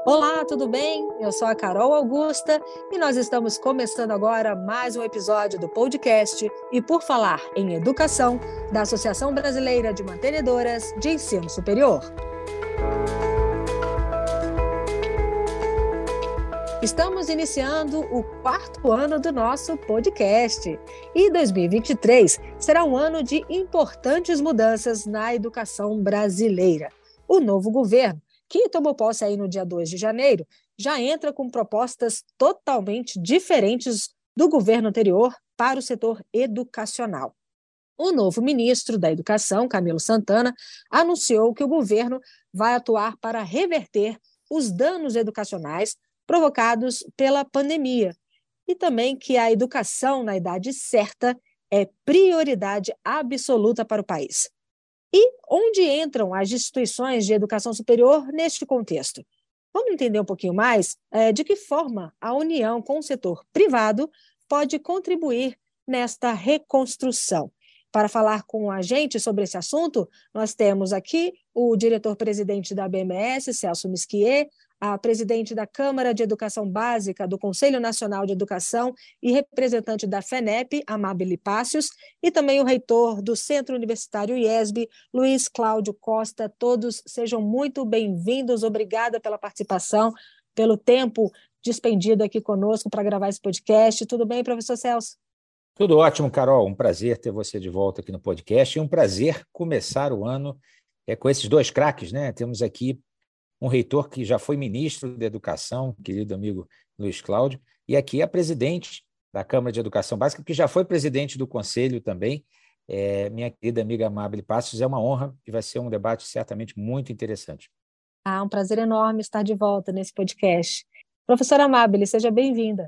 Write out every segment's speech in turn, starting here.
Olá, tudo bem? Eu sou a Carol Augusta e nós estamos começando agora mais um episódio do podcast E por Falar em Educação, da Associação Brasileira de Mantenedoras de Ensino Superior. Estamos iniciando o 4º ano do nosso podcast e 2023 será um ano de importantes mudanças na educação brasileira. O novo governo, que tomou posse aí no dia 2 de janeiro, já entra com propostas totalmente diferentes do governo anterior para o setor educacional. O novo ministro da Educação, Camilo Santana, anunciou que o governo vai atuar para reverter os danos educacionais provocados pela pandemia e também que a educação na idade certa é prioridade absoluta para o país. E onde entram as instituições de educação superior neste contexto? Vamos entender um pouquinho mais de que forma a união com o setor privado pode contribuir nesta reconstrução. Para falar com a gente sobre esse assunto, nós temos aqui o diretor-presidente da BMS, Celso Misquier, a presidente da Câmara de Educação Básica do Conselho Nacional de Educação e representante da FENEP, Amábile Pácios, e também o reitor do Centro Universitário IESB, Luiz Cláudio Costa. Todos sejam muito bem-vindos. Obrigada pela participação, pelo tempo despendido aqui conosco para gravar esse podcast. Tudo bem, professor Celso? Tudo ótimo, Carol. Um prazer ter você de volta aqui no podcast e um prazer começar o ano com esses dois craques, né? Temos aqui um reitor que já foi ministro da Educação, querido amigo Luiz Cláudio, e aqui a presidente da Câmara de Educação Básica, que já foi presidente do Conselho também, minha querida amiga Amábile Passos. É uma honra e vai ser um debate certamente muito interessante. Um prazer enorme estar de volta nesse podcast. Professora Amábile, seja bem-vinda.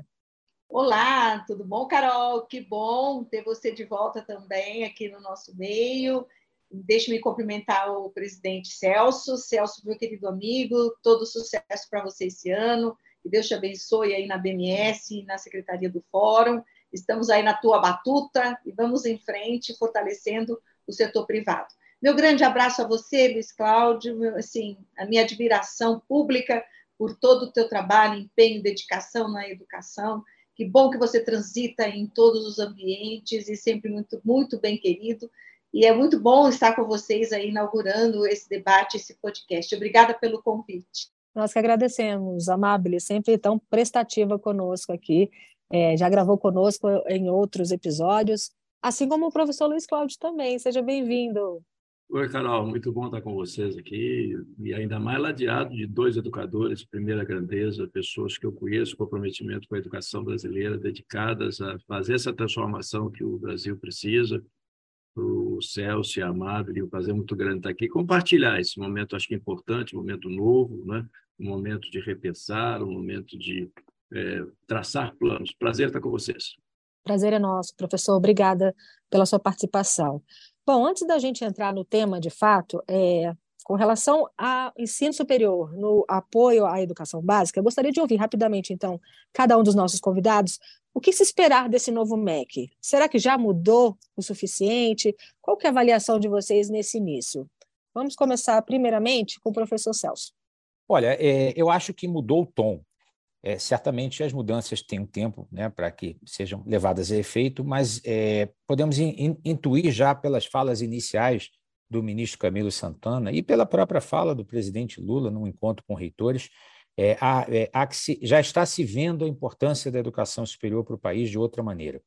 Olá, tudo bom, Carol? Que bom ter você de volta também aqui no nosso meio. Deixe-me cumprimentar o presidente Celso. Celso, meu querido amigo, todo sucesso para você esse ano. Que Deus te abençoe aí na BMS, na Secretaria do Fórum. Estamos aí na tua batuta e vamos em frente, fortalecendo o setor privado. Meu grande abraço a você, Luiz Cláudio. Assim, a minha admiração pública por todo o teu trabalho, empenho, dedicação na educação. Que bom que você transita em todos os ambientes e sempre muito, muito bem querido. E é muito bom estar com vocês aí inaugurando esse debate, esse podcast. Obrigada pelo convite. Nós que agradecemos, Amábile, sempre tão prestativa conosco aqui. Já gravou conosco em outros episódios, assim como o professor Luiz Cláudio também. Seja bem-vindo. Oi, Carol, muito bom estar com vocês aqui, e ainda mais ladeado de dois educadores de primeira grandeza, pessoas que eu conheço, comprometimento com a educação brasileira, dedicadas a fazer essa transformação que o Brasil precisa. O Celso e a Amábile, um prazer muito grande estar aqui, compartilhar esse momento, acho que importante, um momento novo, né? Um momento de repensar, um momento de traçar planos. Prazer estar com vocês. Prazer é nosso, professor. Obrigada pela sua participação. Bom, antes da gente entrar no tema de fato, com relação ao ensino superior, no apoio à educação básica, eu gostaria de ouvir rapidamente, então, cada um dos nossos convidados, o que se esperar desse novo MEC? Será que já mudou o suficiente? Qual que é a avaliação de vocês nesse início? Vamos começar, primeiramente, com o professor Celso. Olha, eu acho que mudou o tom. Certamente as mudanças têm um tempo, né, para que sejam levadas a efeito, mas podemos intuir já pelas falas iniciais do ministro Camilo Santana e pela própria fala do presidente Lula num encontro com reitores, já está se vendo a importância da educação superior para o país de outra maneira.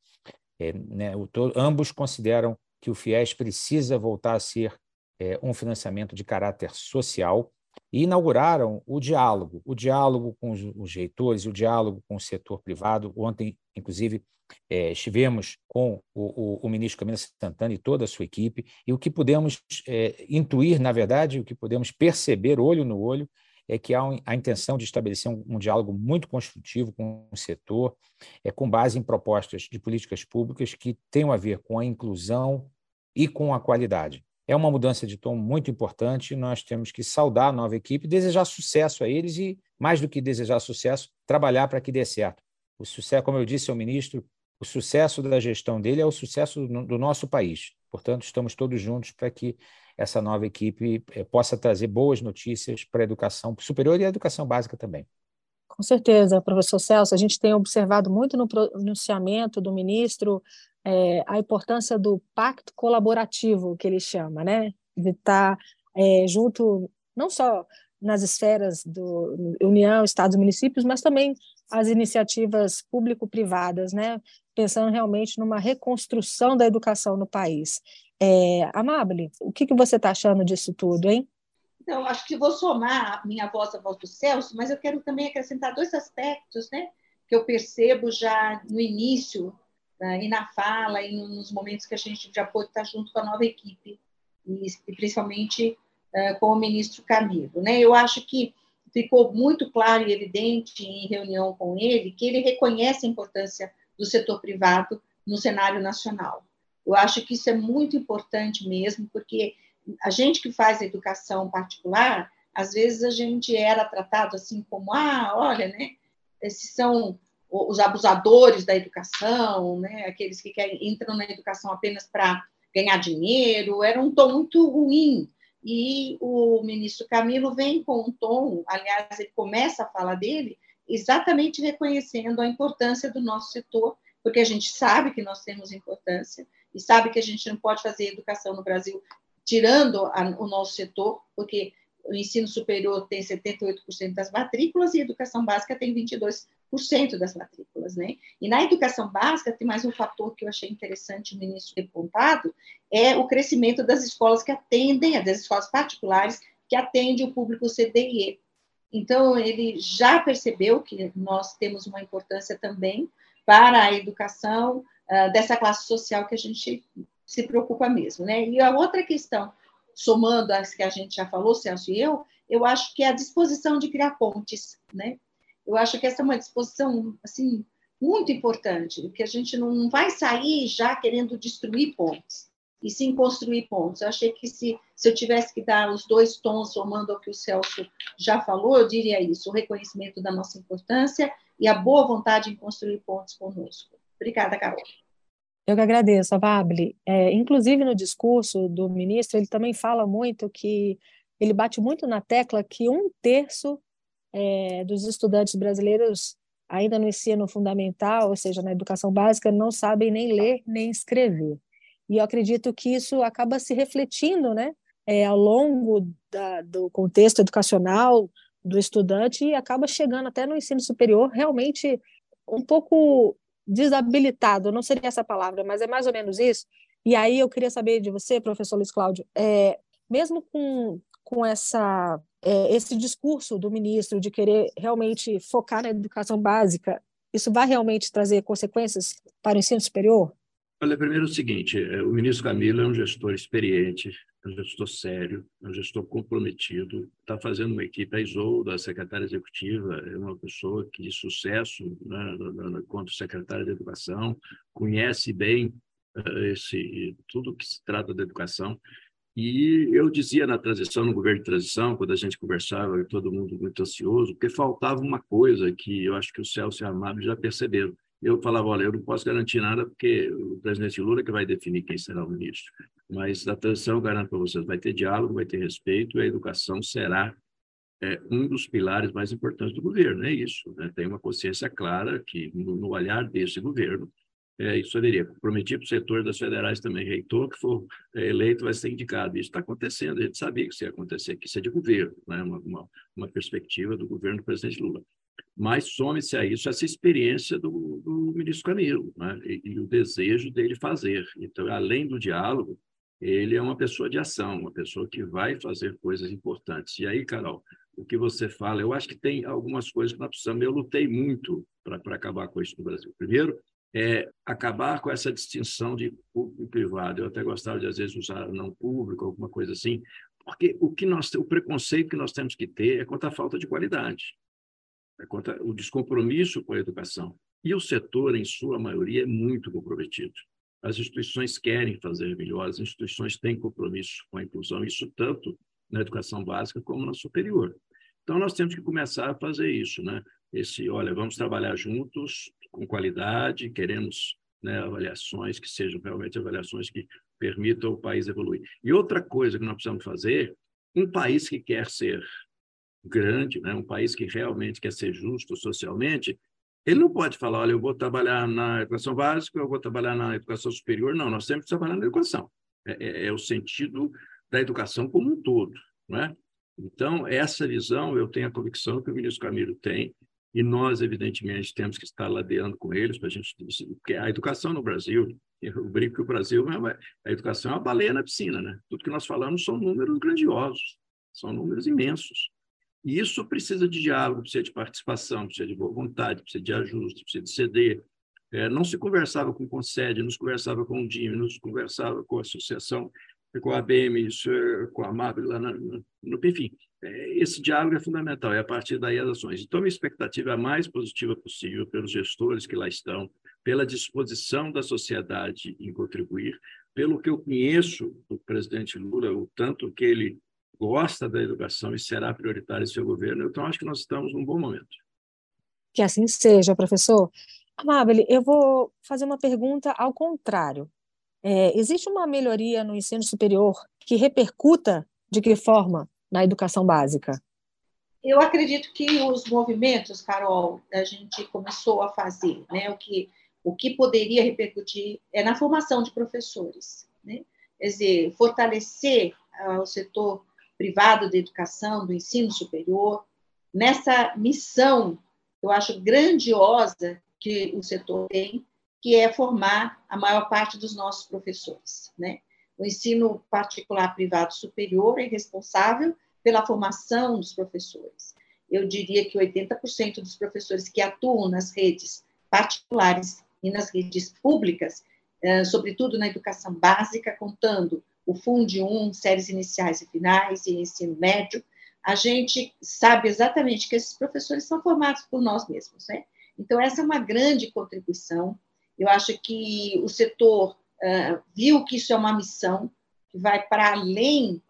Ambos consideram que o FIES precisa voltar a ser um financiamento de caráter social e inauguraram o diálogo com os reitores, o diálogo com o setor privado. Ontem, inclusive, estivemos com o ministro Camilo Santana e toda a sua equipe, e o que podemos intuir, na verdade, o que podemos perceber olho no olho, é que há a intenção de estabelecer um diálogo muito construtivo com o setor, com base em propostas de políticas públicas que tenham a ver com a inclusão e com a qualidade. É uma mudança de tom muito importante, nós temos que saudar a nova equipe, desejar sucesso a eles e, mais do que desejar sucesso, trabalhar para que dê certo. O sucesso, como eu disse ao ministro, o sucesso da gestão dele é o sucesso do nosso país. Portanto, estamos todos juntos para que essa nova equipe possa trazer boas notícias para a educação superior e a educação básica também. Com certeza, professor Celso, a gente tem observado muito no pronunciamento do ministro a importância do pacto colaborativo, que ele chama, né? De estar junto, não só nas esferas do União, Estados e municípios, mas também as iniciativas público-privadas, né? Pensando realmente numa reconstrução da educação no país. Amable, o que você está achando disso tudo, hein? Então, acho que vou somar minha voz à voz do Celso, mas eu quero também acrescentar 2 aspectos, né, que eu percebo já no início, e na fala, e nos momentos que a gente já pôde estar junto com a nova equipe, e principalmente com o ministro Camilo. Né? Eu acho que ficou muito claro e evidente em reunião com ele que ele reconhece a importância do setor privado no cenário nacional. Eu acho que isso é muito importante mesmo, porque a gente que faz educação particular, às vezes a gente era tratado assim como, olha, né, esses são os abusadores da educação, né, aqueles que entram na educação apenas para ganhar dinheiro, era um tom muito ruim. E o ministro Camilo vem com um tom, aliás, ele começa a fala dele exatamente reconhecendo a importância do nosso setor, porque a gente sabe que nós temos importância e sabe que a gente não pode fazer educação no Brasil tirando o nosso setor, porque o ensino superior tem 78% das matrículas e a educação básica tem 22% das matrículas, né? E na educação básica tem mais um fator que eu achei interessante o ministro ter apontado, é o crescimento das escolas que atendem, das escolas particulares que atendem o público CDIE. Então, ele já percebeu que nós temos uma importância também para a educação dessa classe social que a gente se preocupa mesmo, né? E a outra questão, somando as que a gente já falou, Celso e eu acho que é a disposição de criar pontes, né? Eu acho que essa é uma disposição, assim, muito importante, porque a gente não vai sair já querendo destruir pontes, e sim construir pontes. Eu achei que se eu tivesse que dar os 2 tons, somando ao que o Celso já falou, eu diria isso, o reconhecimento da nossa importância e a boa vontade em construir pontes conosco. Obrigada, Carol. Eu que agradeço, Amable. Inclusive, no discurso do ministro, ele também fala muito que ele bate muito na tecla que 1/3 dos estudantes brasileiros ainda no ensino fundamental, ou seja, na educação básica, não sabem nem ler nem escrever. E eu acredito que isso acaba se refletindo, né, ao longo do contexto educacional do estudante e acaba chegando até no ensino superior realmente um pouco desabilitado, não seria essa palavra, mas é mais ou menos isso. E aí eu queria saber de você, professor Luiz Cláudio, mesmo com esse discurso do ministro de querer realmente focar na educação básica, isso vai realmente trazer consequências para o ensino superior? Olha, primeiro é o seguinte, o ministro Camilo é um gestor experiente, é um gestor sério, é um gestor comprometido, está fazendo uma equipe, a Isolda, da secretária executiva, é uma pessoa que de sucesso, né, quanto secretária de Educação, conhece bem tudo que se trata da educação. E eu dizia na transição, no governo de transição, quando a gente conversava, todo mundo muito ansioso, porque faltava uma coisa que eu acho que o Celso e a Amable já perceberam. Eu falava, olha, eu não posso garantir nada porque o presidente Lula que vai definir quem será o ministro. Mas da transição, eu garanto para vocês, vai ter diálogo, vai ter respeito e a educação será um dos pilares mais importantes do governo. É isso, né? Tem uma consciência clara que no olhar desse governo, isso seria comprometido para o setor das federais também. Reitor que for eleito vai ser indicado. Isso está acontecendo, a gente sabia que isso ia acontecer, que isso é de governo, né? Uma perspectiva do governo do presidente Lula. Mas some-se a isso essa experiência do ministro Camilo, né? E o desejo dele fazer. Então, além do diálogo, ele é uma pessoa de ação, uma pessoa que vai fazer coisas importantes. E aí, Carol, o que você fala, eu acho que tem algumas coisas que nós precisamos. Eu lutei muito para acabar com isso no Brasil. Primeiro, acabar com essa distinção de público e privado. Eu até gostava de, às vezes, usar não público, alguma coisa assim, porque o preconceito que nós temos que ter é contra a falta de qualidade. Contra o descompromisso com a educação. E o setor, em sua maioria, é muito comprometido. As instituições querem fazer melhor, as instituições têm compromisso com a inclusão, isso tanto na educação básica como na superior. Então, nós temos que começar a fazer isso, né? Olha, vamos trabalhar juntos, com qualidade, queremos né, avaliações que sejam realmente avaliações que permitam o país evoluir. E outra coisa que nós precisamos fazer, um país que quer ser grande, né, um país que realmente quer ser justo socialmente, ele não pode falar, olha, eu vou trabalhar na educação básica, eu vou trabalhar na educação superior. Não, nós temos que trabalhar na educação. É o sentido da educação como um todo, não é? Então, essa visão, eu tenho a convicção que o ministro Camilo tem, e nós, evidentemente, temos que estar ladeando com eles, para a gente, porque a educação no Brasil, eu brinco que o Brasil, a educação é uma baleia na piscina, né? Tudo que nós falamos são números grandiosos, são números imensos. E isso precisa de diálogo, precisa de participação, precisa de boa vontade, precisa de ajuste, precisa de ceder. Não se conversava com o Concede, não se conversava com o DIM, não se conversava com a associação, com a ABM, com a AMAB, lá enfim. Esse diálogo é fundamental, e a partir daí as ações. Então, a minha expectativa é a mais positiva possível pelos gestores que lá estão, pela disposição da sociedade em contribuir, pelo que eu conheço do presidente Lula, o tanto que ele gosta da educação e será prioritário em seu governo. Então, acho que nós estamos num bom momento. Que assim seja, professor. Amabile, eu vou fazer uma pergunta ao contrário. Existe uma melhoria no ensino superior que repercuta de que forma na educação básica? Eu acredito que os movimentos, Carol, a gente começou a fazer, né? O que poderia repercutir é na formação de professores, né? Quer dizer, fortalecer o setor privado de educação, do ensino superior, nessa missão, eu acho grandiosa que o setor tem, que é formar a maior parte dos nossos professores, né? O ensino particular privado superior é responsável pela formação dos professores. Eu diria que 80% dos professores que atuam nas redes particulares e nas redes públicas, sobretudo na educação básica, contando o Funde 1, séries iniciais e finais e ensino médio, a gente sabe exatamente que esses professores são formados por nós mesmos, né? Então, essa é uma grande contribuição. Eu acho que o setor viu que isso é uma missão que vai para além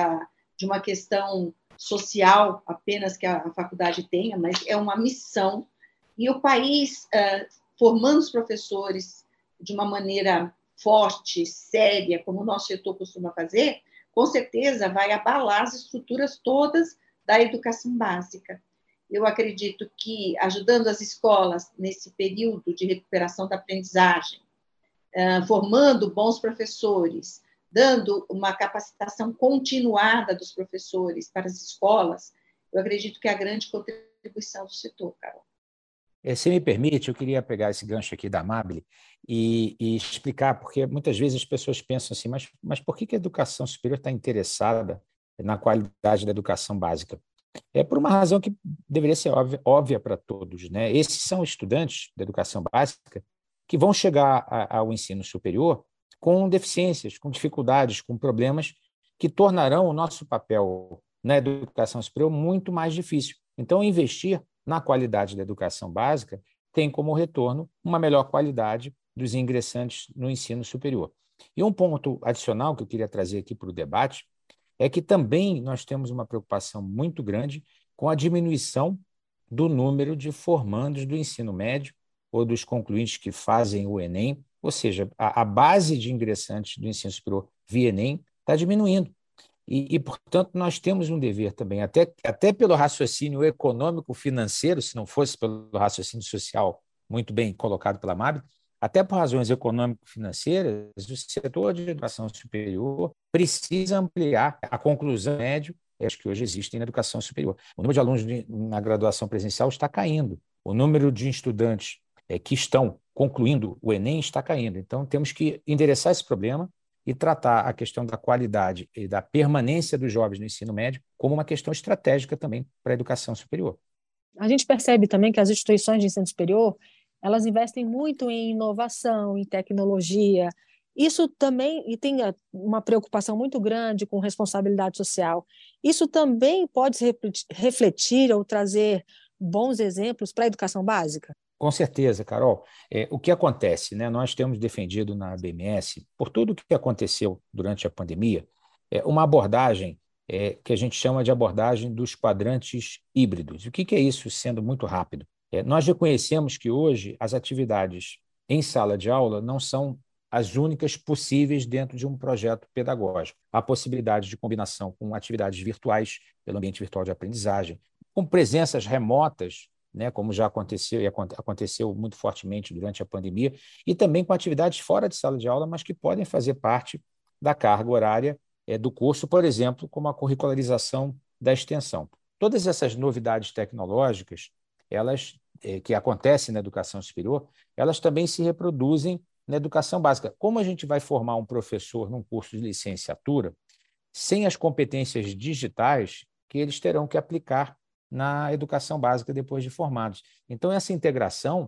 de uma questão social apenas que a faculdade tenha, mas é uma missão. E o país, formando os professores de uma maneira forte, séria, como o nosso setor costuma fazer, com certeza vai abalar as estruturas todas da educação básica. Eu acredito que, ajudando as escolas nesse período de recuperação da aprendizagem, formando bons professores, dando uma capacitação continuada dos professores para as escolas, eu acredito que é a grande contribuição do setor, Carol. Se me permite, eu queria pegar esse gancho aqui da Amabile e explicar, porque muitas vezes as pessoas pensam assim, mas por que a educação superior está interessada na qualidade da educação básica? É por uma razão que deveria ser óbvia para todos, né? Esses são estudantes da educação básica que vão chegar ao ensino superior com deficiências, com dificuldades, com problemas que tornarão o nosso papel na educação superior muito mais difícil. Então, investir na qualidade da educação básica tem como retorno uma melhor qualidade dos ingressantes no ensino superior. E um ponto adicional que eu queria trazer aqui para o debate é que também nós temos uma preocupação muito grande com a diminuição do número de formandos do ensino médio ou dos concluintes que fazem o Enem, ou seja, a base de ingressantes do ensino superior via Enem está diminuindo. E, portanto, nós temos um dever também, até pelo raciocínio econômico-financeiro, se não fosse pelo raciocínio social muito bem colocado pela Amabile, até por razões econômico-financeiras, o setor de educação superior precisa ampliar a conclusão médio que hoje existem na educação superior. O número de alunos na graduação presencial está caindo, o número de estudantes que estão concluindo o Enem está caindo. Então, temos que endereçar esse problema e tratar a questão da qualidade e da permanência dos jovens no ensino médio como uma questão estratégica também para a educação superior. A gente percebe também que as instituições de ensino superior, elas investem muito em inovação, em tecnologia. Isso também, e tem uma preocupação muito grande com responsabilidade social. Isso também pode se refletir ou trazer bons exemplos para a educação básica? Com certeza, Carol. O que acontece, né? Nós temos defendido na BMS, por tudo o que aconteceu durante a pandemia, uma abordagem que a gente chama de abordagem dos quadrantes híbridos. O que é isso, sendo muito rápido? Nós reconhecemos que hoje as atividades em sala de aula não são as únicas possíveis dentro de um projeto pedagógico. Há possibilidade de combinação com atividades virtuais, pelo ambiente virtual de aprendizagem, com presenças remotas, né, como já aconteceu e aconteceu muito fortemente durante a pandemia, e também com atividades fora de sala de aula, mas que podem fazer parte da carga horária do curso, por exemplo, como a curricularização da extensão. Todas essas novidades tecnológicas, elas que acontecem na educação superior, elas também se reproduzem na educação básica. Como a gente vai formar um professor num curso de licenciatura, sem as competências digitais que eles terão que aplicar na educação básica depois de formados. Então, essa integração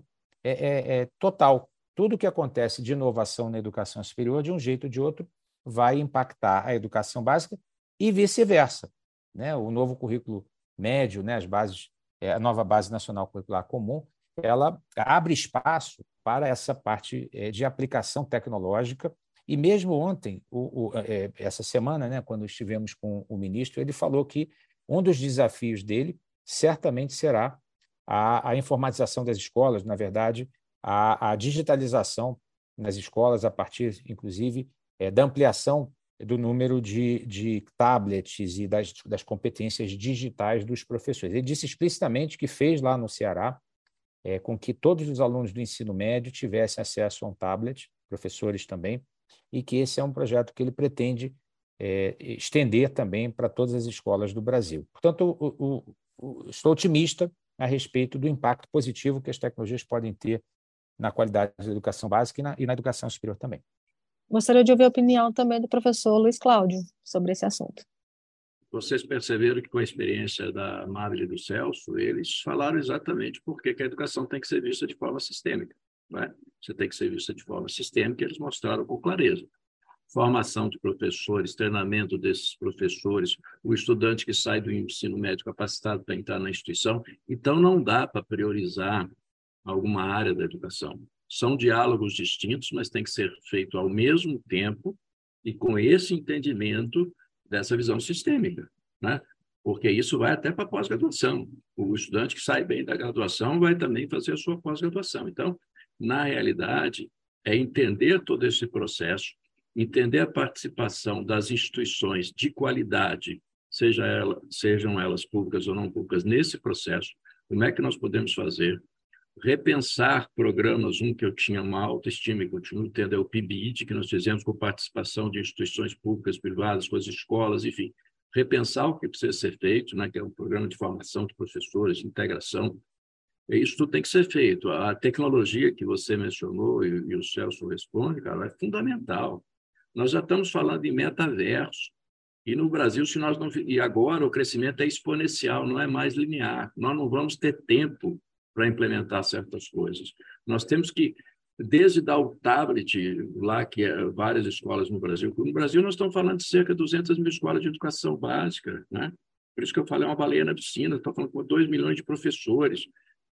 é total. Tudo que acontece de inovação na educação superior, de um jeito ou de outro, vai impactar a educação básica e vice-versa, né? O novo currículo médio, né, a nova Base Nacional Curricular Comum, ela abre espaço para essa parte de aplicação tecnológica. E mesmo ontem, essa semana, né, quando estivemos com o ministro, ele falou que um dos desafios dele certamente será a informatização das escolas, na verdade, a digitalização nas escolas, a partir, inclusive, da ampliação do número de tablets e das competências digitais dos professores. Ele disse explicitamente que fez lá no Ceará com que todos os alunos do ensino médio tivessem acesso a um tablet, professores também, e que esse é um projeto que ele pretende estender também para todas as escolas do Brasil. Portanto, estou otimista a respeito do impacto positivo que as tecnologias podem ter na qualidade da educação básica e na educação superior também. Gostaria de ouvir a opinião também do professor Luiz Cláudio sobre esse assunto. Vocês perceberam que, com a experiência da Mabel e do Celso, eles falaram exatamente por que a educação tem que ser vista de forma sistêmica. Não é? Você tem que ser vista de forma sistêmica, eles mostraram com clareza. Formação de professores, treinamento desses professores, o estudante que sai do ensino médio capacitado para entrar na instituição. Então, não dá para priorizar alguma área da educação. São diálogos distintos, mas tem que ser feito ao mesmo tempo e com esse entendimento dessa visão sistêmica, né? Porque isso vai até para a pós-graduação. O estudante que sai bem da graduação vai também fazer a sua pós-graduação. Então, na realidade, é entender todo esse processo, entender a participação das instituições de qualidade, sejam elas públicas ou não públicas, nesse processo. Como é que nós podemos fazer? Repensar programas, que eu tinha uma autoestima e continuo tendo, é o PIBID, que nós fizemos com participação de instituições públicas, privadas, com as escolas, enfim. Repensar o que precisa ser feito, né, que é um programa de formação de professores, de integração. Isso tudo tem que ser feito. A tecnologia que você mencionou, e o Celso responde, cara, é fundamental. Nós já estamos falando em metaverso. E no Brasil, e agora o crescimento é exponencial, não é mais linear. Nós não vamos ter tempo para implementar certas coisas. Nós temos que, desde dar o tablet lá, que é várias escolas no Brasil. No Brasil, nós estamos falando de cerca de 200 mil escolas de educação básica, né? Por isso que eu falei uma baleia na piscina, estou falando com 2 milhões de professores,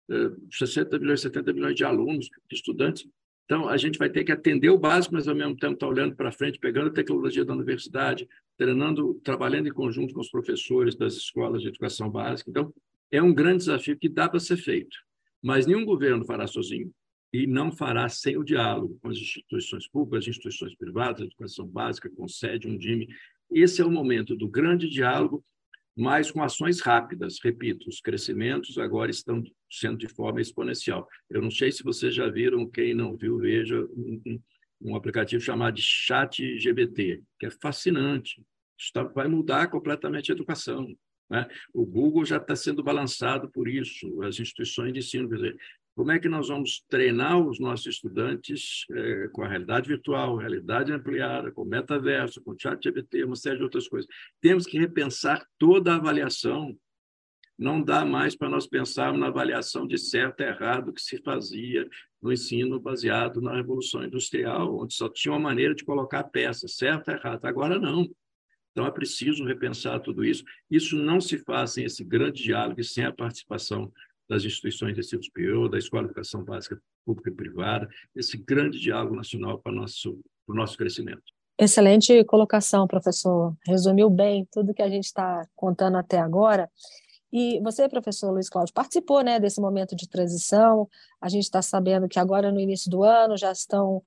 60 milhões, 70 milhões de alunos, de estudantes. Então, a gente vai ter que atender o básico, mas, ao mesmo tempo, estar olhando para frente, pegando a tecnologia da universidade, treinando, trabalhando em conjunto com os professores das escolas de educação básica. Então, é um grande desafio que dá para ser feito. Mas nenhum governo fará sozinho e não fará sem o diálogo com as instituições públicas, as instituições privadas, a educação básica, com SED, Undime. Esse é o momento do grande diálogo, mas com ações rápidas. Repito, os crescimentos agora estão sendo de forma exponencial. Eu não sei se vocês já viram, quem não viu, veja um aplicativo chamado de ChatGPT, que é fascinante. Vai mudar completamente a educação, né? O Google já está sendo balançado por isso, as instituições de ensino. Quer dizer, como é que nós vamos treinar os nossos estudantes com a realidade virtual, realidade ampliada, com metaverso, com ChatGPT, uma série de outras coisas? Temos que repensar toda a avaliação. Não dá mais para nós pensarmos na avaliação de certo e errado que se fazia no ensino baseado na Revolução Industrial, onde só tinha uma maneira de colocar peças, certo e errado. Agora não. Então, é preciso repensar tudo isso. Isso não se faz sem esse grande diálogo e sem a participação das instituições de ensino superior, da Escola de Educação Básica Pública e Privada, esse grande diálogo nacional para o nosso crescimento. Excelente colocação, professor. Resumiu bem tudo que a gente está contando até agora. E você, professor Luiz Cláudio, participou, né, desse momento de transição. A gente está sabendo que agora, no início do ano, já estão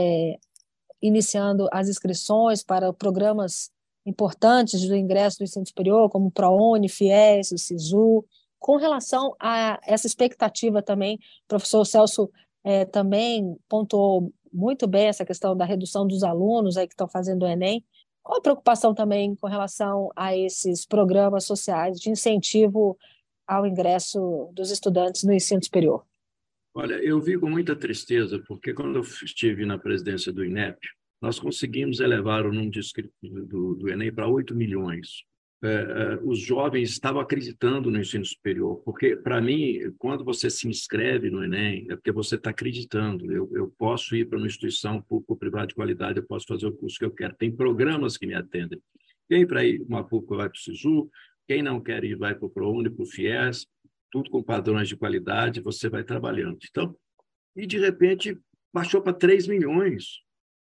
iniciando as inscrições para programas importantes do ingresso do ensino superior, como o ProUni, FIES, o SISU. Com relação a essa expectativa também, o professor Celso também pontuou muito bem essa questão da redução dos alunos aí que estão fazendo o Enem. Qual a preocupação também com relação a esses programas sociais de incentivo ao ingresso dos estudantes no ensino superior? Olha, eu vi com muita tristeza, porque quando eu estive na presidência do INEP, nós conseguimos elevar o número de inscritos do Enem para 8 milhões. Os jovens estavam acreditando no ensino superior, porque, para mim, quando você se inscreve no Enem, é porque você está acreditando. Eu posso ir para uma instituição pública ou privada de qualidade, eu posso fazer o curso que eu quero. Tem programas que me atendem. Quem para ir uma pública vai para o SISU, quem não quer ir vai para o ProUni, para o FIES, tudo com padrões de qualidade, você vai trabalhando. Então, e de repente baixou para 3 milhões.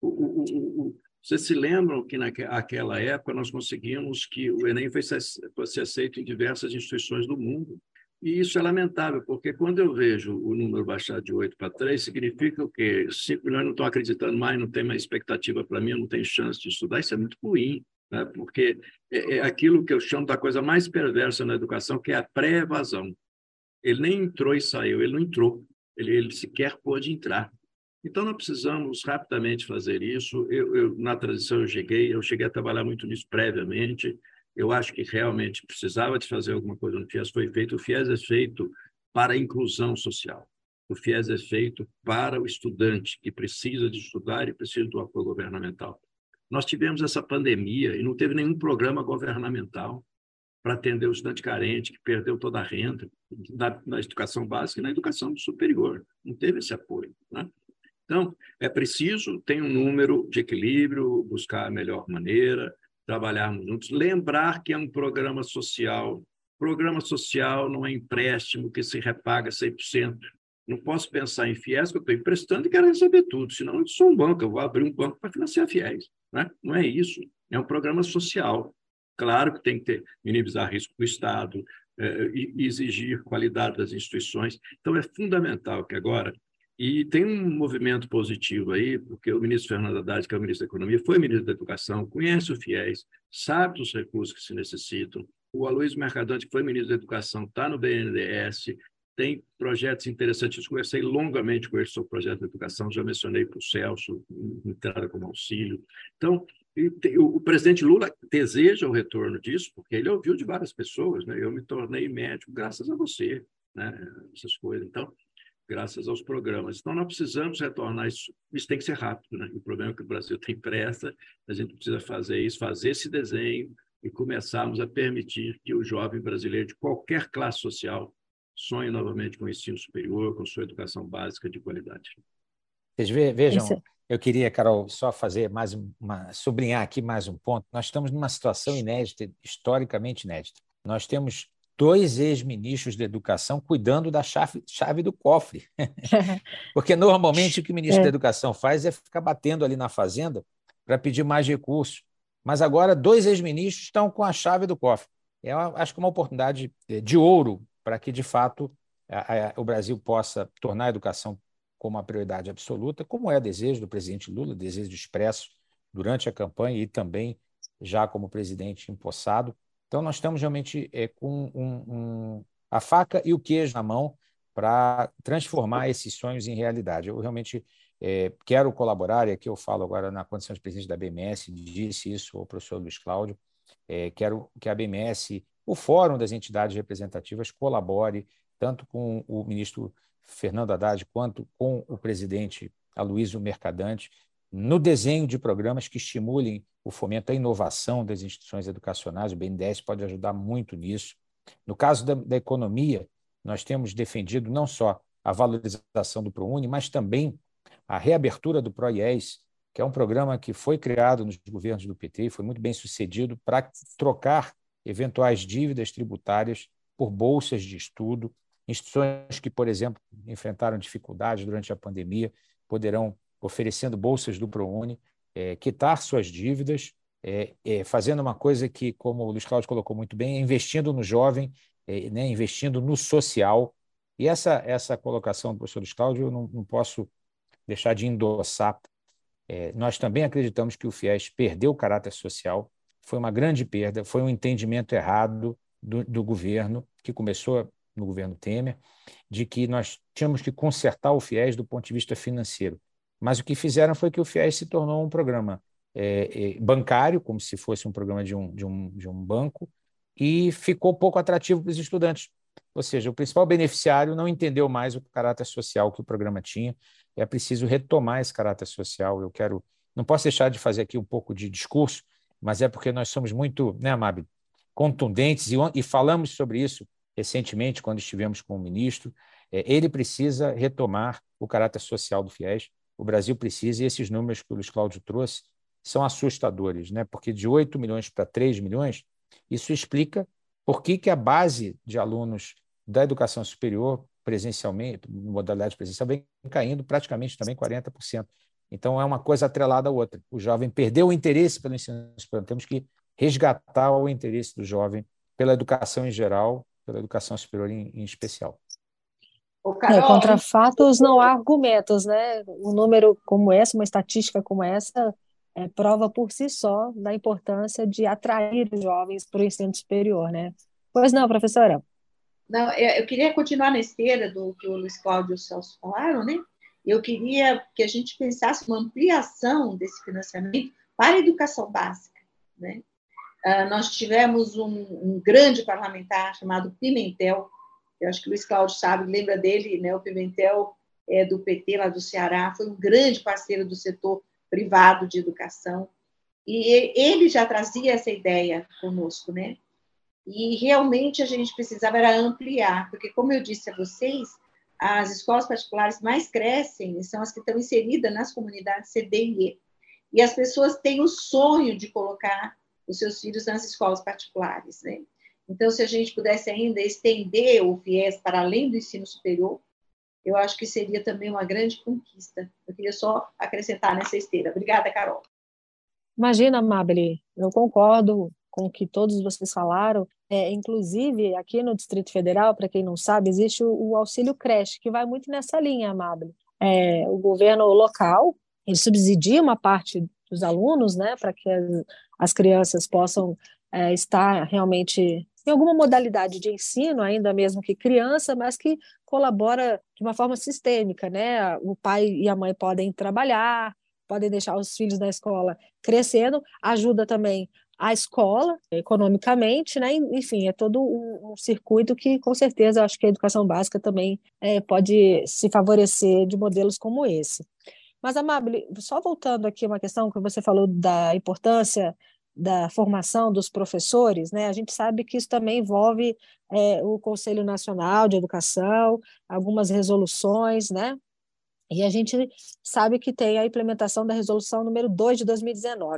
Vocês se lembram que naquela época nós conseguimos que o Enem fosse aceito em diversas instituições do mundo. E isso é lamentável, porque quando eu vejo o número baixar de 8 para 3, significa o quê? 5 milhões não estão acreditando mais, não tem mais expectativa para mim, eu não tenho chance de estudar. Isso é muito ruim, né? Porque é aquilo que eu chamo da coisa mais perversa na educação, que é a pré-evasão. Ele nem entrou e saiu, ele não entrou, ele sequer pôde entrar. Então, nós precisamos rapidamente fazer isso. Na transição, eu cheguei a trabalhar muito nisso previamente. Eu acho que realmente precisava de fazer alguma coisa no FIES, foi feito. O FIES é feito para a inclusão social. O FIES é feito para o estudante que precisa de estudar e precisa do apoio governamental. Nós tivemos essa pandemia e não teve nenhum programa governamental para atender o estudante carente, que perdeu toda a renda na educação básica e na educação superior. Não teve esse apoio, né? Então, é preciso ter um número de equilíbrio, buscar a melhor maneira, trabalharmos juntos, lembrar que é um programa social. Programa social não é empréstimo que se repaga 100%. Não posso pensar em FIES que eu estou emprestando e quero receber tudo, senão eu sou um banco, eu vou abrir um banco para financiar FIES, né? Não é isso, é um programa social. Claro que tem que minimizar risco do Estado, e exigir qualidade das instituições. Então, é fundamental que agora... E tem um movimento positivo aí, porque o ministro Fernando Haddad, que é o ministro da Economia, foi ministro da Educação, conhece o FIES, sabe dos recursos que se necessitam. O Aloysio Mercadante, que foi ministro da Educação, está no BNDES, tem projetos interessantes. Conversei longamente com ele sobre o projeto de educação, já mencionei para o Celso, entrada como auxílio. Então, o presidente Lula deseja o retorno disso, porque ele ouviu de várias pessoas, né? Eu me tornei médico graças a você, né? Essas coisas. Então, graças aos programas. Então, nós precisamos retornar isso. Isso tem que ser rápido, né? O problema é que o Brasil tem pressa, a gente precisa fazer isso, fazer esse desenho e começarmos a permitir que o jovem brasileiro de qualquer classe social sonhe novamente com o ensino superior, com sua educação básica de qualidade. Vocês vejam, eu queria, Carol, só fazer sublinhar aqui mais um ponto. Nós estamos numa situação inédita, historicamente inédita. Nós temos 2 ex-ministros da Educação cuidando da chave do cofre. Porque, normalmente, o que o ministro da Educação faz é ficar batendo ali na Fazenda para pedir mais recursos. Mas agora, 2 ex-ministros estão com a chave do cofre. Acho que é uma oportunidade de ouro para que, de fato, o Brasil possa tornar a educação como uma prioridade absoluta, como é desejo do presidente Lula, desejo expresso durante a campanha e também já como presidente empossado. Então, nós estamos realmente com a faca e o queijo na mão para transformar esses sonhos em realidade. Eu realmente quero colaborar, e aqui eu falo agora na condição de presidente da BMS, disse isso ao professor Luiz Cláudio, quero que a BMS, o Fórum das Entidades Representativas, colabore tanto com o ministro Fernando Haddad quanto com o presidente Aloysio Mercadante no desenho de programas que estimulem o fomento à inovação das instituições educacionais. O BNDES pode ajudar muito nisso. No caso da economia, nós temos defendido não só a valorização do ProUni, mas também a reabertura do ProIES, que é um programa que foi criado nos governos do PT e foi muito bem sucedido para trocar eventuais dívidas tributárias por bolsas de estudo. Instituições que, por exemplo, enfrentaram dificuldades durante a pandemia poderão, oferecendo bolsas do ProUni, quitar suas dívidas, fazendo uma coisa que, como o Luiz Cláudio colocou muito bem, investindo no jovem né, investindo no social. E essa colocação do professor Luiz Cláudio, eu não posso deixar de endossar. Nós também acreditamos que o FIES perdeu o caráter social, foi uma grande perda, foi um entendimento errado do governo, que começou no governo Temer, de que nós tínhamos que consertar o FIES do ponto de vista financeiro. Mas o que fizeram foi que o FIES se tornou um programa bancário, como se fosse um programa de um banco, e ficou pouco atrativo para os estudantes. Ou seja, o principal beneficiário não entendeu mais o caráter social que o programa tinha. É preciso retomar esse caráter social. Não posso deixar de fazer aqui um pouco de discurso, mas é porque nós somos muito, né, Amab, contundentes e falamos sobre isso recentemente, quando estivemos com o ministro. Ele precisa retomar o caráter social do FIES. O Brasil precisa, e esses números que o Luiz Cláudio trouxe são assustadores, né? Porque de 8 milhões para 3 milhões, isso explica por que a base de alunos da educação superior, presencialmente, modalidade presencial, vem caindo praticamente também 40%. Então, é uma coisa atrelada à outra. O jovem perdeu o interesse pelo ensino superior. Temos que resgatar o interesse do jovem pela educação em geral, pela educação superior em especial. Carol, contra fatos não há argumentos, né? Um número como esse, uma estatística como essa, prova por si só da importância de atrair os jovens para o ensino superior, né? Pois não, professora? Não, eu queria continuar na esteira do que o Luiz Cláudio e o Celso falaram, né? Eu queria que a gente pensasse uma ampliação desse financiamento para a educação básica, né? Nós tivemos um grande parlamentar chamado Pimentel, eu acho que o Luiz Cláudio sabe, lembra dele, né? O Pimentel é do PT, lá do Ceará, foi um grande parceiro do setor privado de educação, e ele já trazia essa ideia conosco, né? E realmente a gente precisava era ampliar, porque, como eu disse a vocês, as escolas particulares mais crescem são as que estão inseridas nas comunidades C, D e E. E as pessoas têm o sonho de colocar os seus filhos nas escolas particulares, né? Então, se a gente pudesse ainda estender o FIES para além do ensino superior, eu acho que seria também uma grande conquista. Eu queria só acrescentar nessa esteira. Obrigada, Carol. Imagina, Amabile, eu concordo com o que todos vocês falaram. Inclusive, aqui no Distrito Federal, para quem não sabe, existe o auxílio creche, que vai muito nessa linha, Amabile. O governo local, ele subsidia uma parte dos alunos, né, para que as crianças possam estar realmente em alguma modalidade de ensino, ainda mesmo que criança, mas que colabora de uma forma sistêmica, né? O pai e a mãe podem trabalhar, podem deixar os filhos na escola crescendo, ajuda também a escola economicamente, né? Enfim, é todo um circuito que, com certeza, eu acho que a educação básica também pode se favorecer de modelos como esse. Mas, Amabile, só voltando aqui uma questão que você falou da importância da formação dos professores, né? A gente sabe que isso também envolve o Conselho Nacional de Educação, algumas resoluções, né? E a gente sabe que tem a implementação da resolução número 2 de 2019.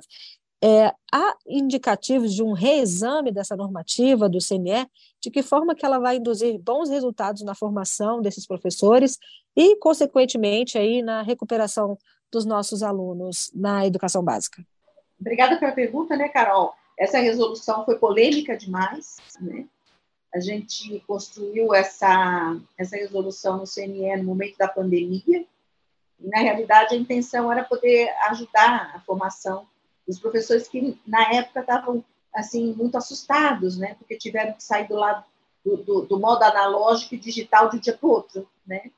Há indicativos de um reexame dessa normativa do CNE, de que forma que ela vai induzir bons resultados na formação desses professores e, consequentemente, aí na recuperação dos nossos alunos na educação básica? Obrigada pela pergunta, né, Carol? Essa resolução foi polêmica demais, né? A gente construiu essa resolução no CNE no momento da pandemia, e, na realidade, a intenção era poder ajudar a formação dos professores que, na época, estavam, assim, muito assustados, né? Porque tiveram que sair do lado do modo analógico e digital de um dia para o outro, né?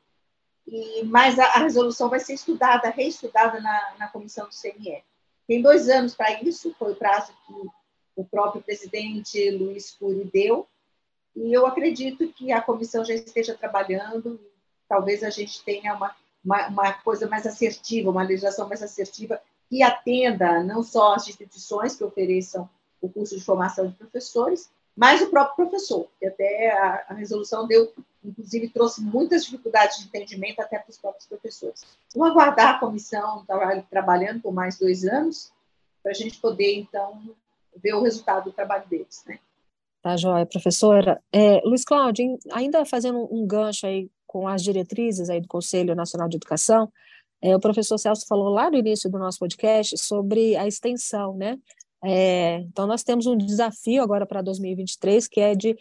Mas a resolução vai ser estudada, reestudada na comissão do CNE. Tem 2 anos para isso, foi o prazo que o próprio presidente Luiz Cury deu, e eu acredito que a comissão já esteja trabalhando, talvez a gente tenha uma coisa mais assertiva, uma legislação mais assertiva, que atenda não só as instituições que ofereçam o curso de formação de professores, mas o próprio professor, que até a resolução deu, inclusive, trouxe muitas dificuldades de entendimento até para os próprios professores. Vamos aguardar a comissão trabalhando por mais 2 anos, para a gente poder, então, ver o resultado do trabalho deles, né? Tá, joia, professora. Luiz Cláudio, ainda fazendo um gancho aí com as diretrizes aí do Conselho Nacional de Educação, o professor Celso falou lá no início do nosso podcast sobre a extensão, né? Então, nós temos um desafio agora para 2023, que é de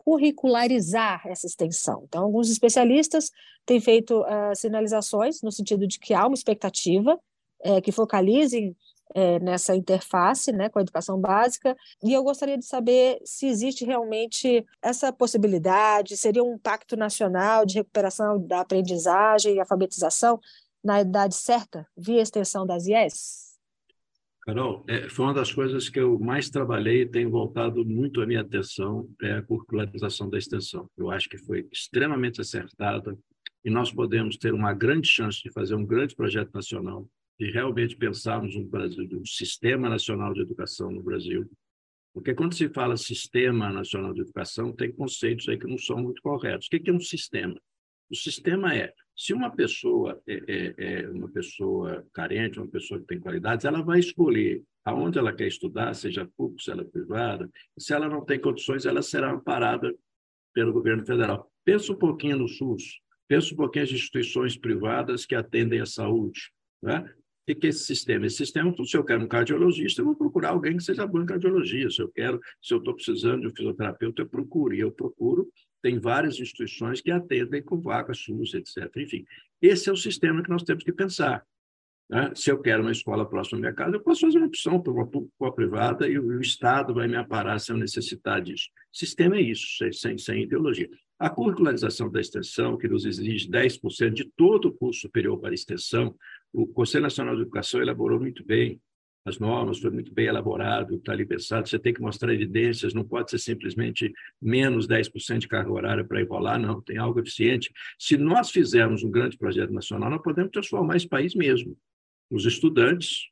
curricularizar essa extensão. Então, alguns especialistas têm feito sinalizações no sentido de que há uma expectativa que focalizem nessa interface, né, com a educação básica, e eu gostaria de saber se existe realmente essa possibilidade, seria um pacto nacional de recuperação da aprendizagem e alfabetização na idade certa, via extensão das IES? Carol, foi uma das coisas que eu mais trabalhei e tem voltado muito a minha atenção, a curricularização da extensão. Eu acho que foi extremamente acertada e nós podemos ter uma grande chance de fazer um grande projeto nacional, de realmente pensarmos um sistema nacional de educação no Brasil. Porque quando se fala sistema nacional de educação, tem conceitos aí que não são muito corretos. O que é um sistema? O sistema se uma pessoa é uma pessoa carente, uma pessoa que tem qualidades, ela vai escolher aonde ela quer estudar, seja público, seja privada. Se ela não tem condições, ela será amparada pelo governo federal. Pensa um pouquinho no SUS, pensa um pouquinho nas instituições privadas que atendem à saúde, né? O que é esse sistema? Esse sistema, se eu quero um cardiologista, eu vou procurar alguém que seja bom em cardiologia. Se eu estou precisando de um fisioterapeuta, eu procuro. Tem várias instituições que atendem com vaga SUS, etc. Enfim, esse é o sistema que nós temos que pensar, né? Se eu quero uma escola próxima à minha casa, eu posso fazer uma opção para uma pública ou privada e o Estado vai me amparar se eu necessitar disso. O sistema é isso, sem ideologia. A curricularização da extensão, que nos exige 10% de todo o curso superior para extensão, o Conselho Nacional de Educação elaborou muito bem as normas, foi muito bem elaborado, está ali pensado, você tem que mostrar evidências, não pode ser simplesmente menos 10% de carga horária para enrolar, não, tem algo eficiente. Se nós fizermos um grande projeto nacional, nós podemos transformar esse país mesmo. Os estudantes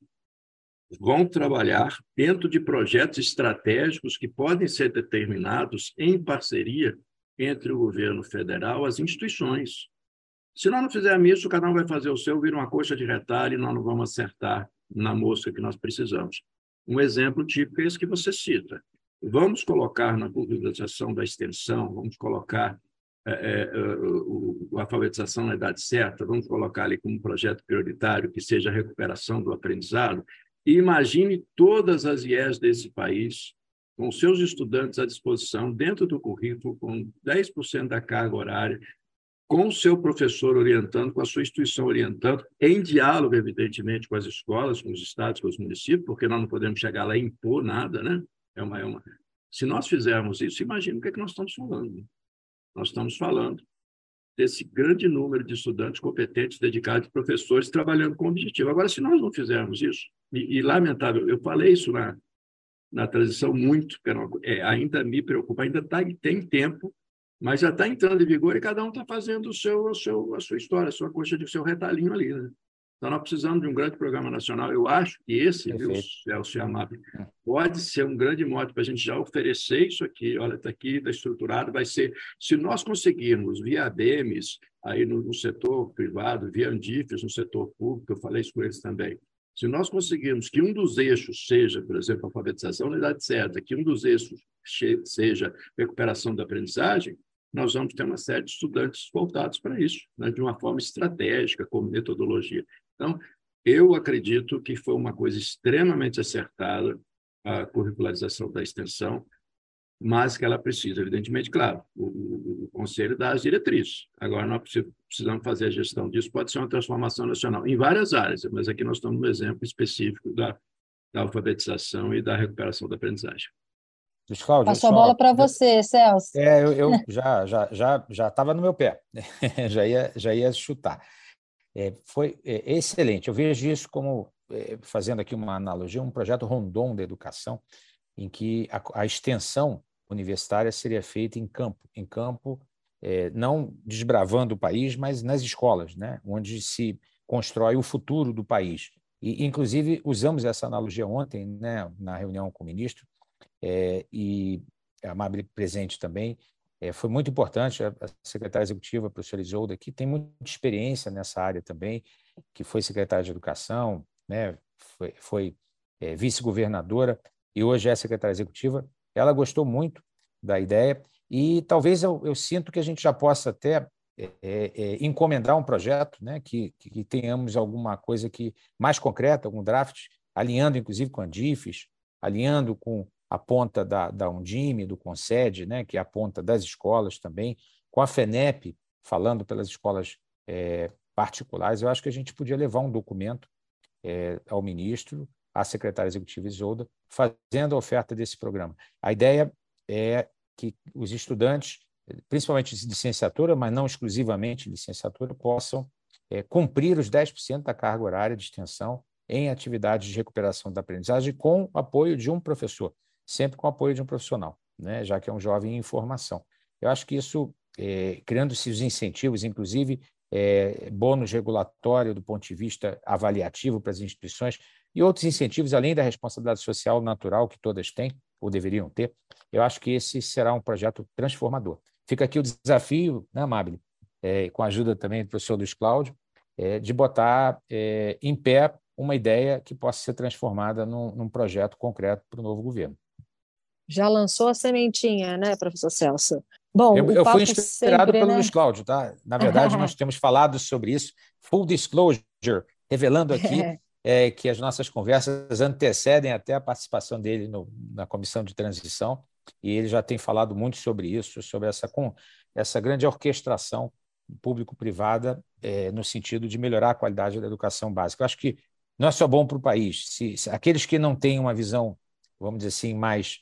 vão trabalhar dentro de projetos estratégicos que podem ser determinados em parceria entre o governo federal e as instituições. Se nós não fizermos isso, cada um vai fazer o seu, vira uma coxa de retalho e nós não vamos acertar na mosca que nós precisamos. Um exemplo típico é esse que você cita. Vamos colocar na curricularização da extensão, vamos colocar a alfabetização na idade certa, vamos colocar ali como um projeto prioritário que seja a recuperação do aprendizado, e imagine todas as IES desse país com seus estudantes à disposição dentro do currículo, com 10% da carga horária, com o seu professor orientando, com a sua instituição orientando, em diálogo, evidentemente, com as escolas, com os estados, com os municípios, porque nós não podemos chegar lá e impor nada, né? Se nós fizermos isso, imagina o que nós estamos falando. Nós estamos falando desse grande número de estudantes competentes, dedicados, professores, trabalhando com objetivo. Agora, se nós não fizermos isso, e lamentável, eu falei isso na transição muito, ainda me preocupa, tem tempo, mas já está entrando em vigor e cada um está fazendo a sua história, a sua coxa de seu retalhinho ali, né? Então, nós precisamos de um grande programa nacional. Eu acho que esse, Celso e Amab, pode ser um grande mote para a gente já oferecer isso aqui. Olha, está aqui, está estruturado. Vai ser, se nós conseguirmos, via ABEMES, aí no setor privado, via Andifes, no setor público, eu falei isso com eles também. Se nós conseguirmos que um dos eixos seja, por exemplo, a alfabetização na idade certa, que um dos eixos seja recuperação da aprendizagem, nós vamos ter uma série de estudantes voltados para isso, né, de uma forma estratégica, como metodologia. Então, eu acredito que foi uma coisa extremamente acertada a curricularização da extensão, mas que ela precisa, evidentemente, claro, o Conselho dá as diretrizes. Agora, nós precisamos fazer a gestão disso. Pode ser uma transformação nacional em várias áreas, mas aqui nós estamos no exemplo específico da alfabetização e da recuperação da aprendizagem. Cláudio, passou a bola para você, Celso. Eu já estava no meu pé, já ia chutar. Foi excelente. Eu vejo isso como, fazendo aqui uma analogia, um projeto Rondon da educação, em que a extensão universitária seria feita em campo, não desbravando o país, mas nas escolas, né, onde se constrói o futuro do país. E, inclusive, usamos essa analogia ontem, né, na reunião com o ministro, e a Amab presente também. Foi muito importante. A secretária executiva, a professora Isolda, que tem muita experiência nessa área também, que foi secretária de Educação, né, foi vice-governadora e hoje é secretária executiva. Ela gostou muito da ideia e talvez eu sinto que a gente já possa até encomendar um projeto, né, que tenhamos alguma coisa mais concreta, algum draft, alinhando inclusive com a Andifes, alinhando com a ponta da Undime, do Concede, né, que é a ponta das escolas também, com a FENEP, falando pelas escolas particulares. Eu acho que a gente podia levar um documento ao ministro, à secretária executiva Isolda, fazendo a oferta desse programa. A ideia é que os estudantes, principalmente de licenciatura, mas não exclusivamente de licenciatura, possam cumprir os 10% da carga horária de extensão em atividades de recuperação da aprendizagem com o apoio de um professor, sempre com o apoio de um profissional, né, já que é um jovem em formação. Eu acho que isso, criando-se os incentivos, inclusive bônus regulatório do ponto de vista avaliativo para as instituições e outros incentivos, além da responsabilidade social natural que todas têm, ou deveriam ter, eu acho que esse será um projeto transformador. Fica aqui o desafio, né, Amabile, com a ajuda também do professor Luiz Cláudio, de botar em pé uma ideia que possa ser transformada num projeto concreto para o novo governo. Já lançou a sementinha, né, professor Celso? Bom, eu fui inspirado sempre, pelo né? Luiz Cláudio, tá? Na verdade, nós temos falado sobre isso, full disclosure, revelando aqui que as nossas conversas antecedem até a participação dele na comissão de transição, e ele já tem falado muito sobre isso, sobre essa grande orquestração público-privada no sentido de melhorar a qualidade da educação básica. Eu acho que não é só bom para o país. Se aqueles que não têm uma visão, vamos dizer assim, mais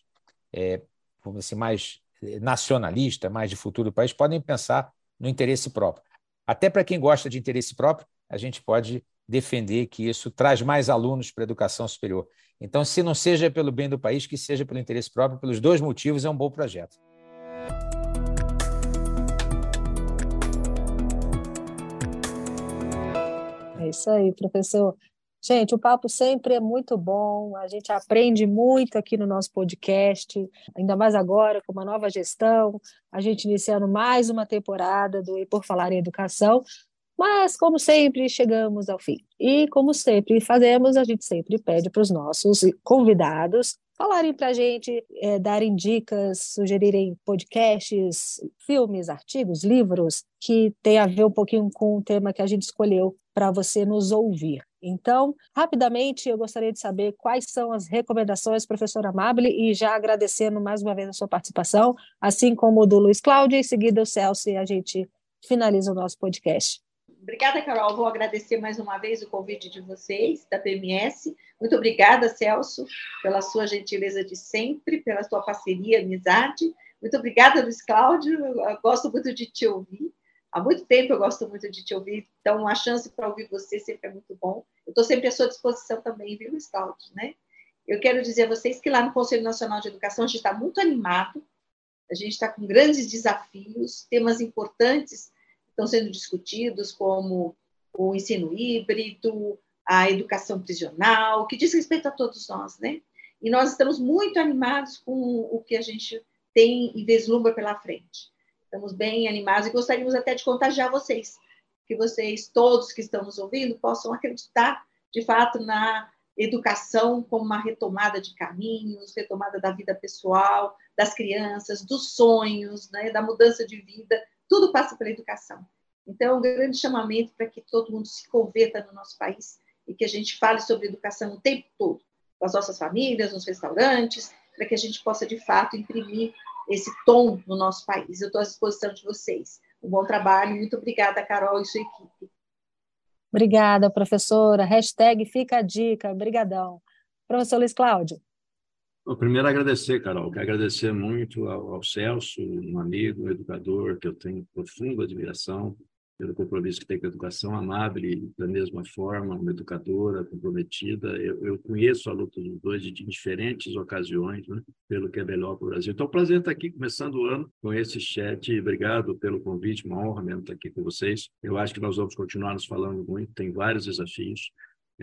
nacionalista, mais de futuro do país, podem pensar no interesse próprio. Até para quem gosta de interesse próprio, a gente pode defender que isso traz mais alunos para a educação superior. Então, se não seja pelo bem do país, que seja pelo interesse próprio, pelos dois motivos, é um bom projeto. É isso aí, professor. Gente, o papo sempre é muito bom, a gente aprende muito aqui no nosso podcast, ainda mais agora com uma nova gestão, a gente iniciando mais uma temporada do E Por Falar em Educação, mas, como sempre, chegamos ao fim. E, como sempre fazemos, a gente sempre pede para os nossos convidados falarem para a gente, darem dicas, sugerirem podcasts, filmes, artigos, livros, que tem a ver um pouquinho com o tema que a gente escolheu para você nos ouvir. Então, rapidamente, eu gostaria de saber quais são as recomendações, professora Amabile, e já agradecendo mais uma vez a sua participação, assim como o do Luiz Cláudio, em seguida o Celso, e a gente finaliza o nosso podcast. Obrigada, Carol. Vou agradecer mais uma vez o convite de vocês, da PMS. Muito obrigada, Celso, pela sua gentileza de sempre, pela sua parceria, amizade. Muito obrigada, Luiz Cláudio. Eu gosto muito de te ouvir. Há muito tempo eu gosto muito de te ouvir, então a chance para ouvir você sempre é muito bom. Eu estou sempre à sua disposição também, viu, Luiz Cláudio, né? Eu quero dizer a vocês que lá no Conselho Nacional de Educação a gente está muito animado, a gente está com grandes desafios, temas importantes estão sendo discutidos, como o ensino híbrido, a educação prisional, que diz respeito a todos nós, né? E nós estamos muito animados com o que a gente tem e vislumbra pela frente. Estamos bem animados e gostaríamos até de contagiar vocês, que vocês, todos que estão nos ouvindo, possam acreditar, de fato, na educação como uma retomada de caminhos, retomada da vida pessoal, das crianças, dos sonhos, né, da mudança de vida, tudo passa pela educação. Então, um grande chamamento para que todo mundo se converta no nosso país e que a gente fale sobre educação o tempo todo, com as nossas famílias, nos restaurantes, para que a gente possa, de fato, imprimir esse tom no nosso país. Eu estou à disposição de vocês. Um bom trabalho. Muito obrigada, Carol e sua equipe. Obrigada, professora. Hashtag fica a dica. Obrigadão. Professor Luiz Cláudio. Primeiro, agradecer, Carol. Quero agradecer muito ao Celso, um amigo, um educador, que eu tenho profunda admiração pelo compromisso que tem com a educação. Amabile, da mesma forma, uma educadora comprometida. Eu conheço a luta dos dois de diferentes ocasiões, né, pelo que é melhor para o Brasil. Então, é um prazer estar aqui, começando o ano, com esse chat. Obrigado pelo convite, uma honra mesmo estar aqui com vocês. Eu acho que nós vamos continuar nos falando muito, tem vários desafios.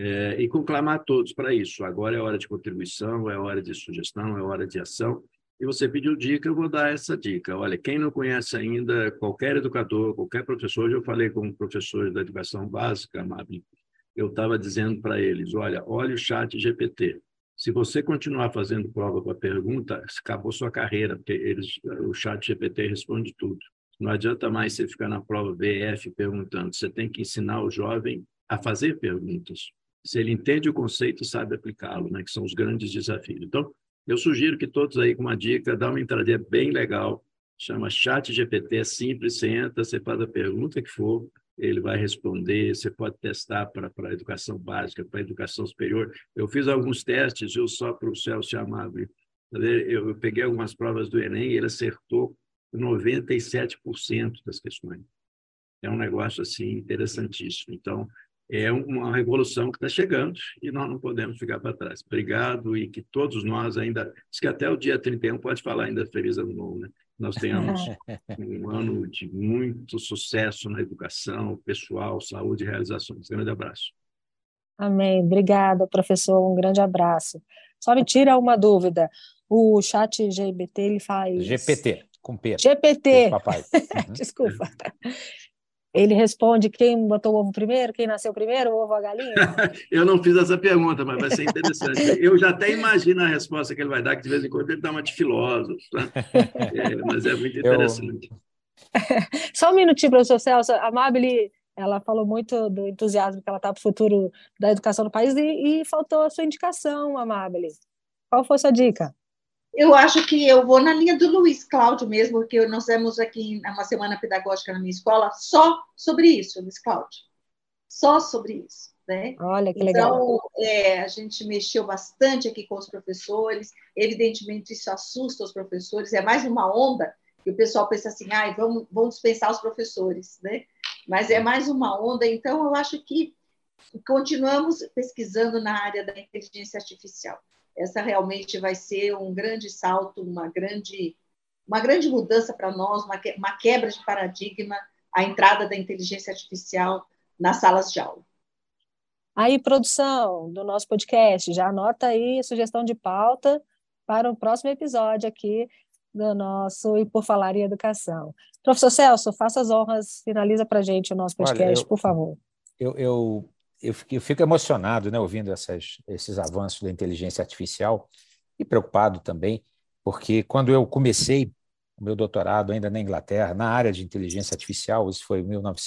E conclamar todos para isso. Agora é hora de contribuição, é hora de sugestão, é hora de ação. E você pediu dica, eu vou dar essa dica. Olha, quem não conhece ainda, qualquer educador, qualquer professor, hoje eu falei com professores da educação básica, Amabile, eu estava dizendo para eles, olha o chat GPT. Se você continuar fazendo prova com a pergunta, acabou sua carreira, porque o chat GPT responde tudo. Não adianta mais você ficar na prova VF perguntando, você tem que ensinar o jovem a fazer perguntas. Se ele entende o conceito, sabe aplicá-lo, né, que são os grandes desafios. Então, Eu sugiro que todos aí, com uma dica, dá uma entradinha bem legal, chama ChatGPT, é simples, você entra, você faz a pergunta que for, ele vai responder, você pode testar para a educação básica, para a educação superior. Eu fiz alguns testes, eu só para o Celso Amado. Eu peguei algumas provas do Enem e ele acertou 97% das questões. É um negócio assim interessantíssimo. Então, é uma revolução que está chegando e nós não podemos ficar para trás. Obrigado e que todos nós ainda... Diz que até o dia 31 pode falar ainda Feliz Ano Novo, né? Nós tenhamos um ano de muito sucesso na educação, pessoal, saúde e realizações. Grande abraço. Amém. Obrigada, professor. Um grande abraço. Só me tira uma dúvida. O ChatGPT, ele faz... GPT, com P. GPT. Papai. Desculpa. Ele responde quem botou o ovo primeiro, quem nasceu primeiro, o ovo ou a galinha? Eu não fiz essa pergunta, mas vai ser interessante. Eu já até imagino a resposta que ele vai dar, que de vez em quando ele dá uma de filósofo. Tá? Mas é muito interessante. Só um minutinho, professor Celso. A Amabile, ela falou muito do entusiasmo que ela está para o futuro da educação do país e faltou a sua indicação, Amabile. Qual foi a sua dica? Eu acho que eu vou na linha do Luiz Cláudio mesmo, porque nós temos aqui uma semana pedagógica na minha escola só sobre isso, Luiz Cláudio. Só sobre isso. Né? Olha, que legal. Então, a gente mexeu bastante aqui com os professores, evidentemente isso assusta os professores, é mais uma onda que o pessoal pensa assim, vamos dispensar os professores, né? Mas é mais uma onda, então eu acho que continuamos pesquisando na área da inteligência artificial. Essa realmente vai ser um grande salto, uma grande mudança para nós, uma quebra de paradigma, a entrada da inteligência artificial nas salas de aula. Aí, produção do nosso podcast, já anota aí sugestão de pauta para o próximo episódio aqui do nosso E Por Falar em Educação. Professor Celso, faça as honras, finaliza para a gente o nosso podcast, por favor. Eu fico emocionado, né, ouvindo esses avanços da inteligência artificial e preocupado também, porque quando eu comecei o meu doutorado ainda na Inglaterra, na área de inteligência artificial, isso foi em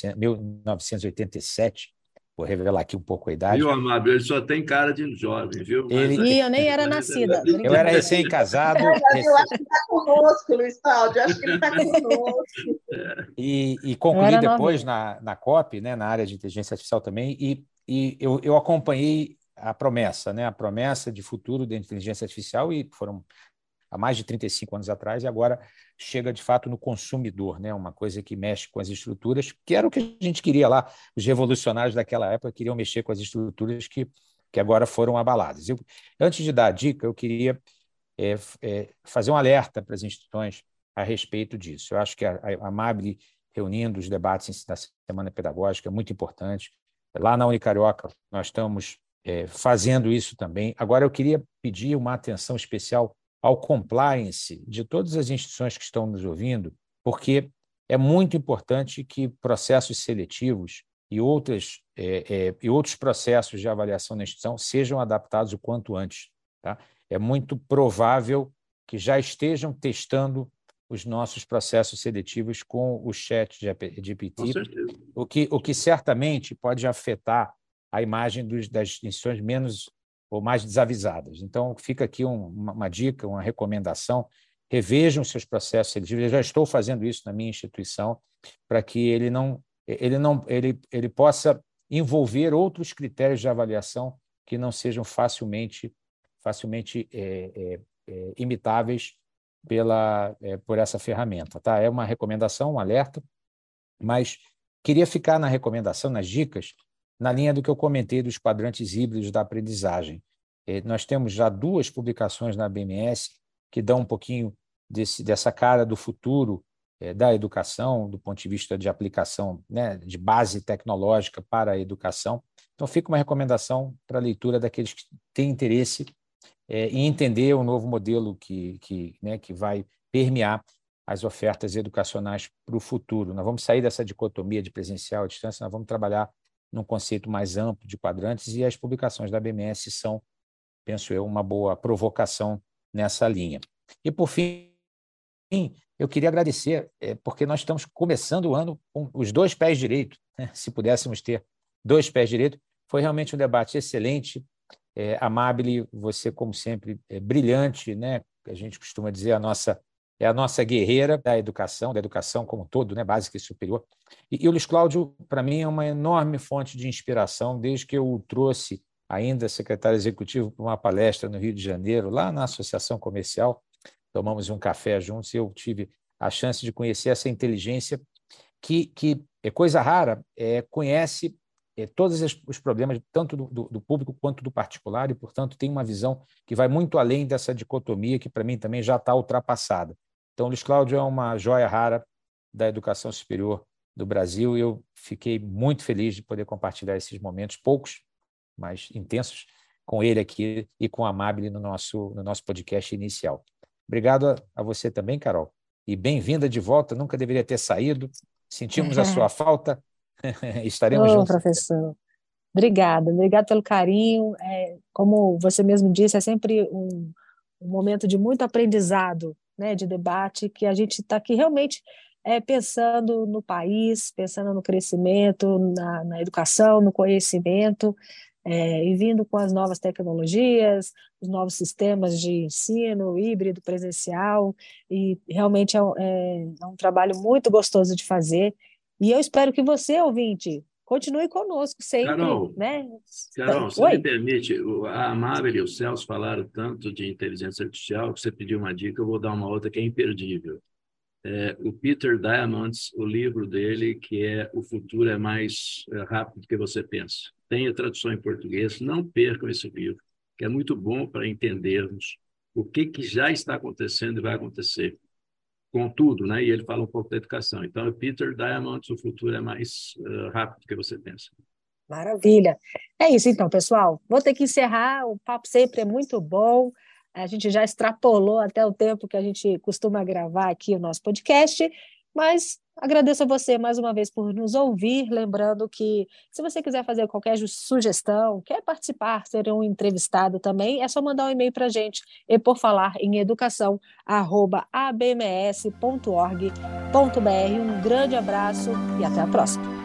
1987, vou revelar aqui um pouco a idade. Viu, Amado? Ele só tem cara de jovem, viu? Eu nem era nascida. Eu era recém-casado. Eu acho que está conosco, Luiz Cláudio. Eu acho que ele está conosco. E concluí depois na COP, né, na área de inteligência artificial também, e eu acompanhei a promessa, né, a promessa de futuro da inteligência artificial, e foram há mais de 35 anos atrás, e agora chega de fato no consumidor, né, uma coisa que mexe com as estruturas, que era o que a gente queria lá, os revolucionários daquela época queriam mexer com as estruturas que agora foram abaladas. Antes de dar a dica, eu queria fazer um alerta para as instituições a respeito disso. Eu acho que a Amabile reunindo os debates da Semana Pedagógica é muito importante. Lá na Unicarioca, nós estamos fazendo isso também. Agora, eu queria pedir uma atenção especial ao compliance de todas as instituições que estão nos ouvindo, porque é muito importante que processos seletivos e outros processos de avaliação na instituição sejam adaptados o quanto antes. Tá? É muito provável que já estejam testando os nossos processos seletivos com o ChatGPT, o que certamente pode afetar a imagem das instituições menos ou mais desavisadas. Então, fica aqui uma dica, uma recomendação: revejam seus processos seletivos. Eu já estou fazendo isso na minha instituição, para que ele possa envolver outros critérios de avaliação que não sejam facilmente imitáveis por essa ferramenta. Tá? É uma recomendação, um alerta, mas queria ficar na recomendação, nas dicas, na linha do que eu comentei dos quadrantes híbridos da aprendizagem. Nós temos já 2 publicações na BMS que dão um pouquinho dessa cara do futuro da educação, do ponto de vista de aplicação, né, de base tecnológica para a educação. Então, fica uma recomendação para a leitura daqueles que têm interesse em entender o novo modelo que vai permear as ofertas educacionais para o futuro. Nós vamos sair dessa dicotomia de presencial à distância, nós vamos trabalhar num conceito mais amplo de quadrantes, e as publicações da BMS são, penso eu, uma boa provocação nessa linha. E, por fim, eu queria agradecer, porque nós estamos começando o ano com os 2 pés direitos, né? Se pudéssemos ter 2 pés direitos. Foi realmente um debate excelente, Amábile, você, como sempre, é brilhante, né? A gente costuma dizer é a nossa guerreira da educação como um todo, né? Básica e superior. E o Luiz Cláudio, para mim, é uma enorme fonte de inspiração, desde que eu o trouxe, ainda secretário executivo, para uma palestra no Rio de Janeiro, lá na Associação Comercial. Tomamos um café juntos e eu tive a chance de conhecer essa inteligência que é coisa rara, conhece todos os problemas, tanto do público quanto do particular, e, portanto, tem uma visão que vai muito além dessa dicotomia, que, para mim, também já está ultrapassada. Então, o Luiz Cláudio é uma joia rara da educação superior do Brasil, e eu fiquei muito feliz de poder compartilhar esses momentos, poucos, mas intensos, com ele aqui e com a Amábile no nosso podcast inicial. Obrigado a você também, Carol, e bem-vinda de volta, nunca deveria ter saído, sentimos a sua falta. Estaremos juntos. Professor, obrigada pelo carinho. Como você mesmo disse, é sempre um momento de muito aprendizado, né, de debate, que a gente está aqui realmente pensando no país, pensando no crescimento, na educação, no conhecimento, e vindo com as novas tecnologias, os novos sistemas de ensino, híbrido, presencial, e realmente é um trabalho muito gostoso de fazer. E eu espero que você, ouvinte, continue conosco sempre. Carol, você me permite, a Amábile e o Celso falaram tanto de inteligência artificial que você pediu uma dica, eu vou dar uma outra que é imperdível. O Peter Diamandis, o livro dele, que é O Futuro é Mais Rápido do que Você Pensa. Tem a tradução em português, não percam esse livro, que é muito bom para entendermos o que já está acontecendo e vai acontecer. Com tudo, né? E ele fala um pouco da educação. Então, Peter Diamandis, O Futuro é Mais Rápido do que Você Pensa. Maravilha. É isso então, pessoal. Vou ter que encerrar, o papo sempre é muito bom. A gente já extrapolou até o tempo que a gente costuma gravar aqui o nosso podcast, mas agradeço a você mais uma vez por nos ouvir, lembrando que se você quiser fazer qualquer sugestão, quer participar, ser um entrevistado também, é só mandar um e-mail para a gente, eporfalaremeducação@abms.org.br. Um grande abraço e até a próxima.